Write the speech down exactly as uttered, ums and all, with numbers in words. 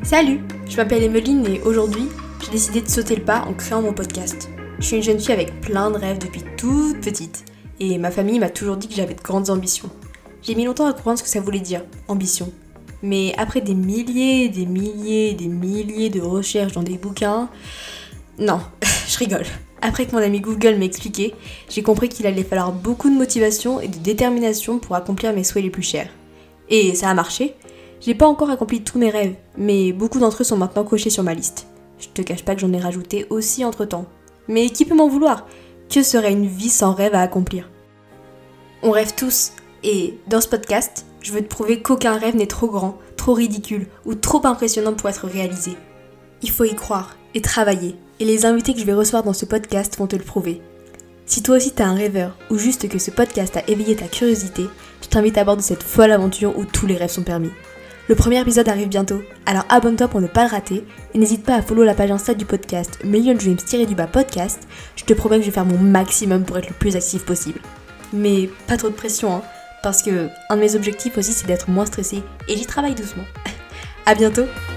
Salut, je m'appelle Emeline et aujourd'hui, j'ai décidé de sauter le pas en créant mon podcast. Je suis une jeune fille avec plein de rêves depuis toute petite et ma famille m'a toujours dit que j'avais de grandes ambitions. J'ai mis longtemps à comprendre ce que ça voulait dire, ambition. Mais après des milliers, des milliers, des milliers de recherches dans des bouquins... Non, je rigole. Après que mon ami Google m'a expliqué, j'ai compris qu'il allait falloir beaucoup de motivation et de détermination pour accomplir mes souhaits les plus chers. Et ça a marché. J'ai pas encore accompli tous mes rêves, mais beaucoup d'entre eux sont maintenant cochés sur ma liste. Je te cache pas que j'en ai rajouté aussi entre temps. Mais qui peut m'en vouloir ? Que serait une vie sans rêve à accomplir ? On rêve tous, et dans ce podcast, je veux te prouver qu'aucun rêve n'est trop grand, trop ridicule ou trop impressionnant pour être réalisé. Il faut y croire et travailler, et les invités que je vais recevoir dans ce podcast vont te le prouver. Si toi aussi t'es un rêveur, ou juste que ce podcast a éveillé ta curiosité, je t'invite à bord de cette folle aventure où tous les rêves sont permis. Le premier épisode arrive bientôt, alors abonne-toi pour ne pas le rater, et n'hésite pas à follow la page Insta du podcast Million Dreams-du-bas podcast, je te promets que je vais faire mon maximum pour être le plus actif possible. Mais pas trop de pression, hein, parce que un de mes objectifs aussi c'est d'être moins stressée, et j'y travaille doucement. À bientôt.